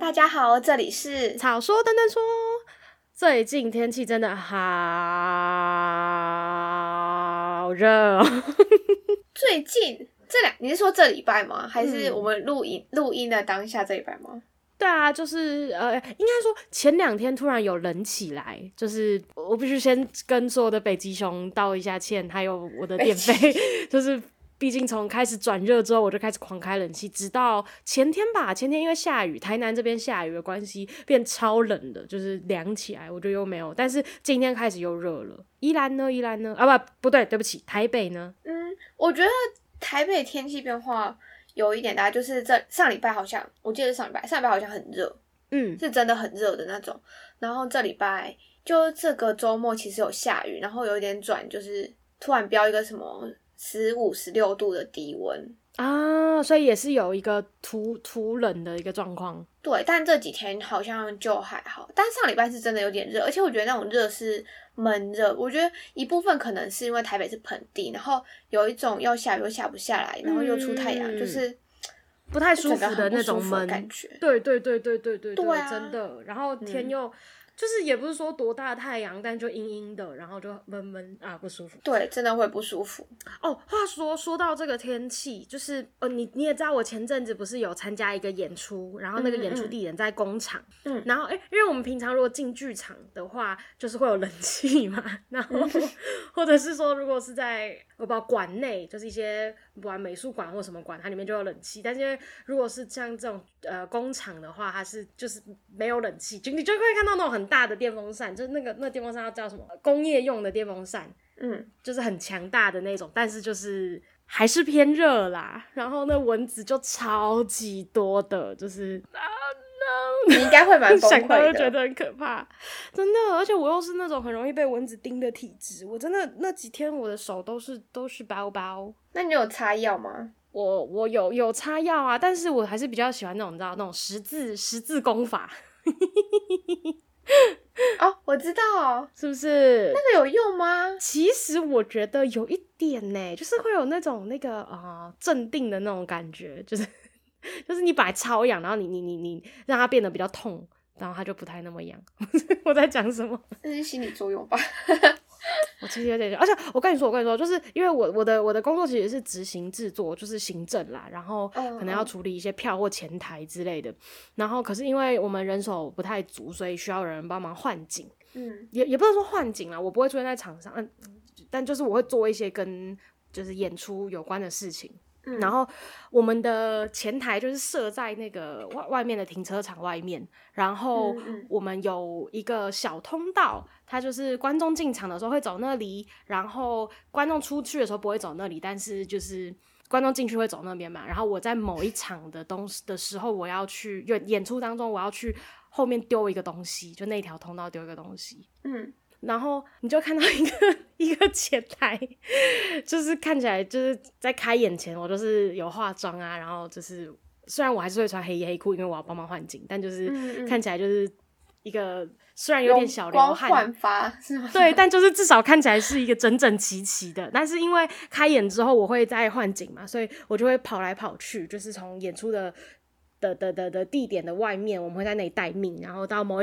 大家好，这里是草说登登说。最近天气真的好热哦。 最近你是说这礼拜吗？还是我们录音的当下这礼拜吗？ 对啊，就是应该说前2天突然有冷起来，就是我必须先跟所有的北极熊道一下歉，还有我的电费，就是毕竟从开始转热之后，我就开始狂开冷气，直到前天因为下雨，台南这边下雨的关系变超冷的，就是凉起来，我觉得又没有，但是今天开始又热了。宜兰呢？啊不对，对不起，台北呢？ 我觉得台北天气变化有一点大，就是上礼拜好像，我记得上礼拜好像很热，是真的很热的那种。然后这礼拜就这个周末其实有下雨，然后有一点转，就是突然飙一个什么15、16度的低温啊，所以也是有一个突冷的一个状况。 对，但这几天好像就还好。但上礼拜是真的有点热，而且我觉得那种热是闷热。我觉得一部分可能是因为台北是盆地，然后有一种要下雨又下不下来，然后又出太阳，就是不太舒服的那种闷感觉。 对， 对啊， 真的。然后天又就是也不是说多大的太阳，但就阴阴的，然后就闷啊，不舒服。 对，真的会不舒服。 哦，话说到这个天气，就是你也知道，我前阵子不是有参加一个演出，然后那个演出地点在工厂，然后因为我们平常如果进剧场的话，就是会有冷气嘛，然后或者是说如果是在我不知道馆内，就是一些不管美术馆或什么馆，它里面就有冷气，但是因为如果是像这种工厂的话，它是就是没有冷气，就你就会看到那种很大的电风扇，就是那电风扇要叫什么工业用的电风扇，就是很强大的那种，但是就是还是偏热啦。然后那蚊子就超级多的，就是你应该会蛮崩溃的， 想到就觉得很可怕，真的。而且我又是那种很容易被蚊子叮的体质，我真的那几天我的手都是包包。那你有擦药吗？ 我有擦药啊，但是我还是比较喜欢那种你知道那种十字功法。 哦，我知道， 是不是那个有用吗？ 其实我觉得有一点呢，就是会有那种镇定的那种感觉，就是你本来超痒，然后你让它变得比较痛，然后它就不太那么痒。我在讲什么？ 这是心理作用吧。 我其实有点，而且我跟你说，就是因为我的工作其实是执行制作，就是行政啦，然后可能要处理一些票或前台之类的，然后可是因为我们人手不太足，所以需要有人帮忙换景，也不能说换景啦，我不会出现在场上，但就是我会做一些跟就是演出有关的事情。然后我们的前台就是设在那个外面的停车场外面，然后我们有一个小通道，它就是观众进场的时候会走那里，然后观众出去的时候不会走那里，但是就是观众进去会走那边嘛。然后我在某一场的时候，我要去演出当中，我要去后面丢一个东西，就那条通道丢一个东西，然后你就看到一个前台，就是看起来就是在开演前，我就是有化妆啊，然后就是虽然我还是会穿黑衣黑裤，因为我要帮忙换景，但就是看起来就是一个虽然有点小流汗， 光焕发是吗？ 对，但就是至少看起来是一个整整齐齐的。但是因为开演之后我会再换景嘛，所以我就会跑来跑去，就是从演出的地点的外面，我们会在那里待命，然后到某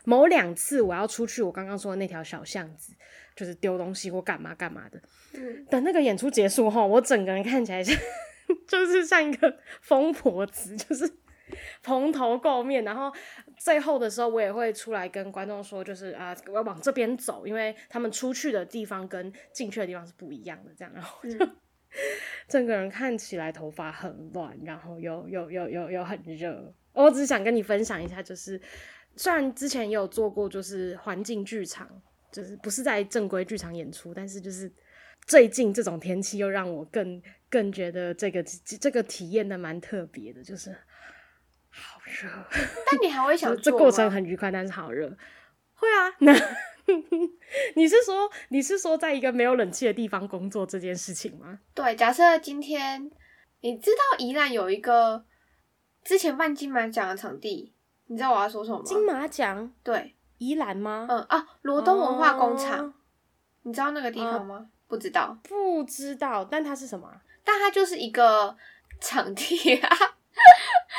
2次我要出去我刚刚说的那条小巷子，就是丢东西或干嘛的。等那个演出结束后，我整个人看起来就是像一个疯婆子，就是蓬头垢面，然后最后的时候我也会出来跟观众说，就是我要往这边走，因为他们出去的地方跟进去的地方是不一样的，这样，然后就整个人看起来头发很乱，然后又很热。我只是想跟你分享一下，就是虽然之前也有做过就是环境剧场，就是不是在正规剧场演出，但是就是最近这种天气又让我更觉得这个体验的蛮特别的，就是好热。 但你还会想做吗？ 这过程很愉快，但是好热。会啊，那你是说在一个没有冷气的地方工作这件事情吗？ 对，假设今天你知道宜兰有一个之前办金马奖的场地，你知道我要说什么吗？ 金马奖？ 对， 宜兰吗？ 罗东文化工厂，你知道那个地方吗？不知道， 但它是什么？ 但它就是一个场地啊。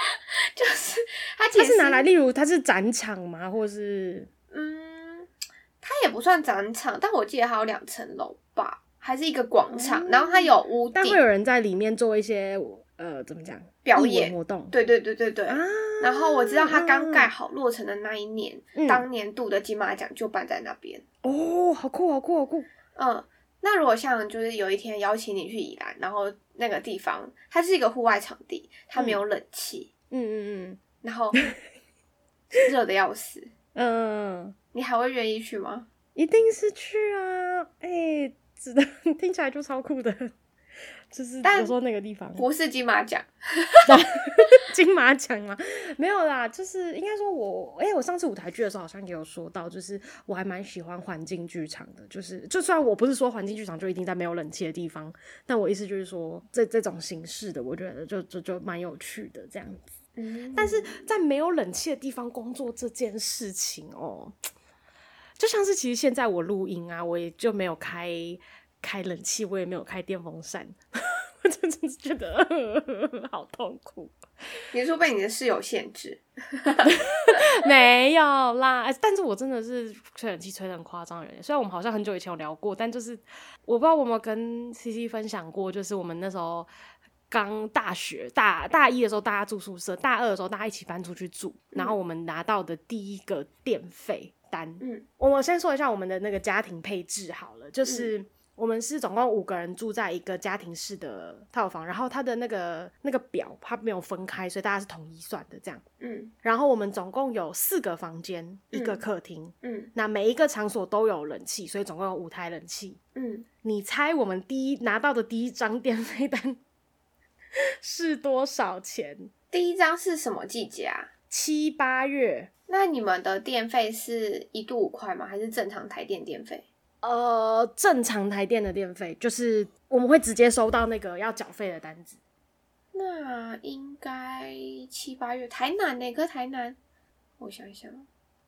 就是它是拿来，例如它是展场吗？或是它也不算展场，但我记得它有2层楼吧，还是一个广场，然后它有屋顶， 但会有人在里面做一些怎么讲表演活动？ 对、然后我知道它刚盖好落成的那一年，当年度的金马奖就办在那边。 哦，好酷。 那如果像就是有一天邀请你去宜兰，然后那个地方它是一个户外场地，它没有冷气，然后热的要死，你还会愿意去吗？ 一定是去啊！真的听起来就超酷的，就是我说那个地方不是金马奖， 金马奖吗？没有啦，就是应该说我上次舞台剧的时候好像也有说到，就是我还蛮喜欢环境剧场的，就算我不是说环境剧场就一定在没有冷气的地方，但我意思就是说这种形式的，我觉得就蛮有趣的这样子。但是在没有冷气的地方工作这件事情就像是其实现在我录音啊，我也就没有开冷气，我也没有开电风扇，我真的觉得好痛苦。 你说被你的室友限制？ 没有啦，但是我真的是吹冷气吹得很夸张的人。虽然我们好像很久以前有聊过，但就是我不知道我有没有跟 CC 分享过，就是我们那时候刚大学大一的时候大家住宿舍，大2的时候大家一起搬出去住，然后我们拿到的第一个电费单，我先说一下我们的那个家庭配置好了，就是我们是总共5个人住在一个家庭式的套房，然后它的那个表它没有分开，所以大家是统一算的这样。然后我们总共有4个房间，1个客厅，那每一个场所都有冷气，所以总共有5台冷气。你猜我们拿到的第一张电费单是多少钱？ 第一张是什么季节啊 ？7、8月。 那你们的电费是1度5块吗？还是正常台电电费？ 正常台电的电费就是我们会直接收到那个要缴费的单子。 那应该7、8月，台南呢？可是台南，我想一想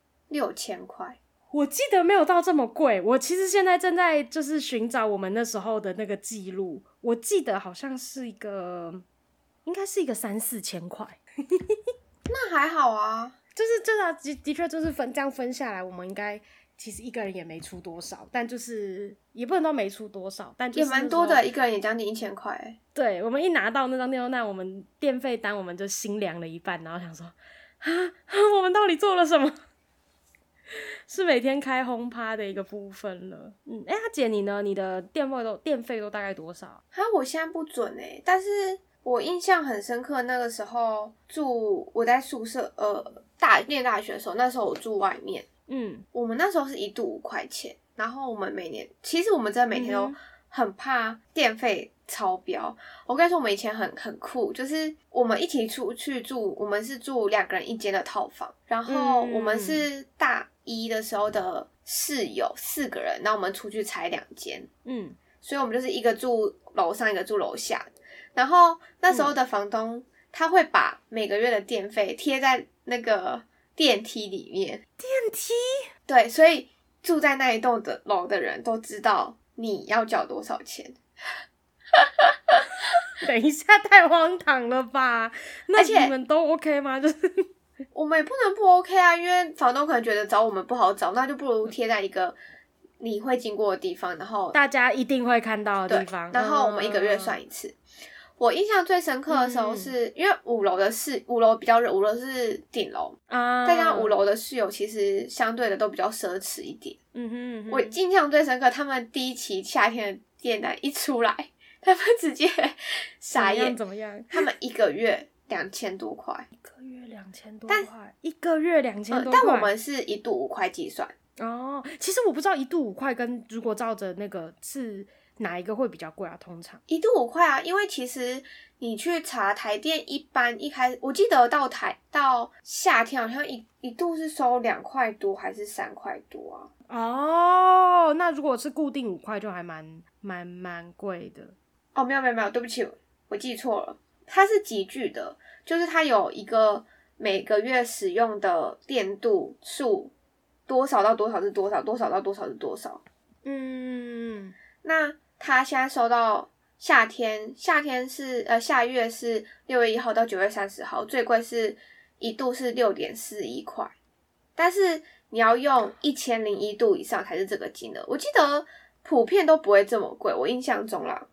，6000块。 我记得没有到这么贵。我其实现在正在就是寻找我们那时候的那个记录，我记得好像是应该是一个3、4千块。 那还好啊， 就是的确就是这样分下来，我们应该其实一个人也没出多少，但就是也不能说没出多少，但就是也蛮多的，一个人也将近1000块。 对，我们一拿到那张电风扇，我们电费单我们就心凉了一半，然后想说我们到底做了什么？是每天开轰趴的一个部分了。阿姐你呢？你的电费都大概多少？ 我现在不准但是我印象很深刻，那个时候我在宿舍念大学的时候，那时候我住外面，我们那时候是1度5块钱，然后我们其实我们真的每天都很怕电费超标。我跟你说，我们以前很酷，就是我们一起出去住，我们是住2个人1间的套房，然后我们是大1的时候的室友4个人，然后我们出去拆2间，所以我们就是一个住楼上，一个住楼下。然后那时候的房东他会把每个月的电费贴在那个电梯里面。 电梯？ 对，所以住在那一栋的楼的人都知道你要缴多少钱。 等一下，太荒唐了吧？那你们都 OK 吗？就是我们也不能不 OK 啊，因为房东可能觉得找我们不好找，那就不如贴在一个你会经过的地方，然后大家一定会看到的地方， 然后我们1个月算一次。我印象最深刻的时候是因为5楼比较热，5楼是顶楼啊，再加上5楼的室友其实相对的都比较奢侈一点。我印象最深刻，他们第一期夏天的电单一出来，他们直接傻眼。 怎么样？ 他们1个月2000多块 ，1个月2000多块，1个月2000多块。 但我们是1度5块计算。 其实我不知道1度5块跟如果照着那个是哪一个会比较贵啊？通常 1度5块啊，因为其实你去查台电一般一开始，我记得到夏天好像一度是收2块多还是3块多啊？ 那如果是固定5块就还蛮贵的。 没有，对不起，我记错了，它是集聚的，就是它有一个每个月使用的电度数多少到多少是多少，多少到多少是多少。那他现在收到夏天是下月是6月1号到9月30号，最贵是一度是6.41块，但是你要用1001度以上才是这个金额。我记得普遍都不会这么贵，我印象中啦。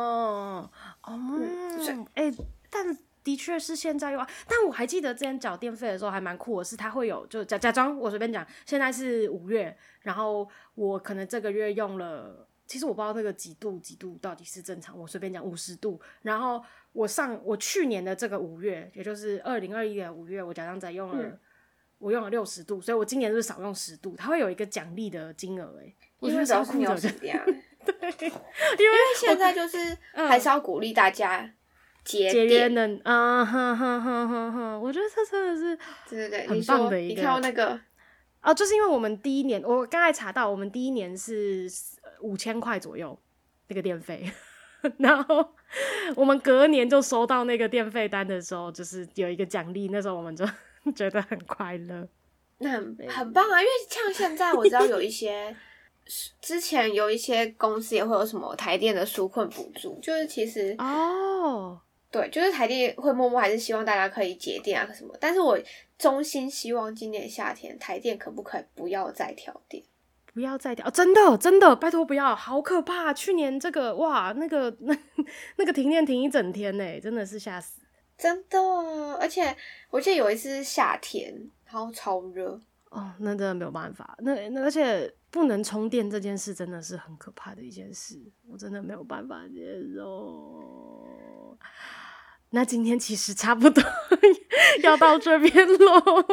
但的确是现在但我还记得之前缴电费的时候还蛮酷的是，它会有就假装我随便讲，现在是5月，然后我可能这个月用了。其实我不知道那个几度到底是正常，我随便讲50度。然后我去年的这个5月，也就是2021年5月，我假装在用了，我用了60度，所以我今年是不是少用10度？它会有一个奖励的金额我觉得超酷的。对， 因为现在就是还是要鼓励大家节约能我觉得这真的是对很棒的一个。 你看到那个就是因为我们第一年，我刚才查到，我们第一年是5000块左右那个电费，然后我们隔年就收到那个电费单的时候，就是有一个奖励，那时候我们就觉得很快乐。 那很棒啊！因为像现在我知道有一些之前有一些公司也会有什么台电的纾困补助，就是其实对，就是台电会默默还是希望大家可以节电啊什么，但是我衷心希望今年夏天台电可不可以不要再调电， 不要再调，真的拜托不要，好可怕！去年这个哇，那个停电停一整天呢，真的是吓死， 真的。而且我记得有一次是夏天，然后超热那真的没有办法。那而且不能充电这件事真的是很可怕的一件事，我真的没有办法接受。那今天其实差不多要到这边咯。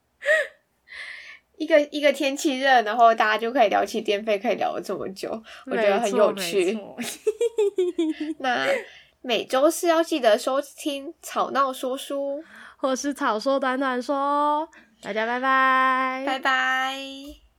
一个天气热，然后大家就可以聊起电费，可以聊了这么久，我觉得很有趣。那每周四要记得收听吵闹说书， 或是草说短短说。大家拜拜， 拜拜。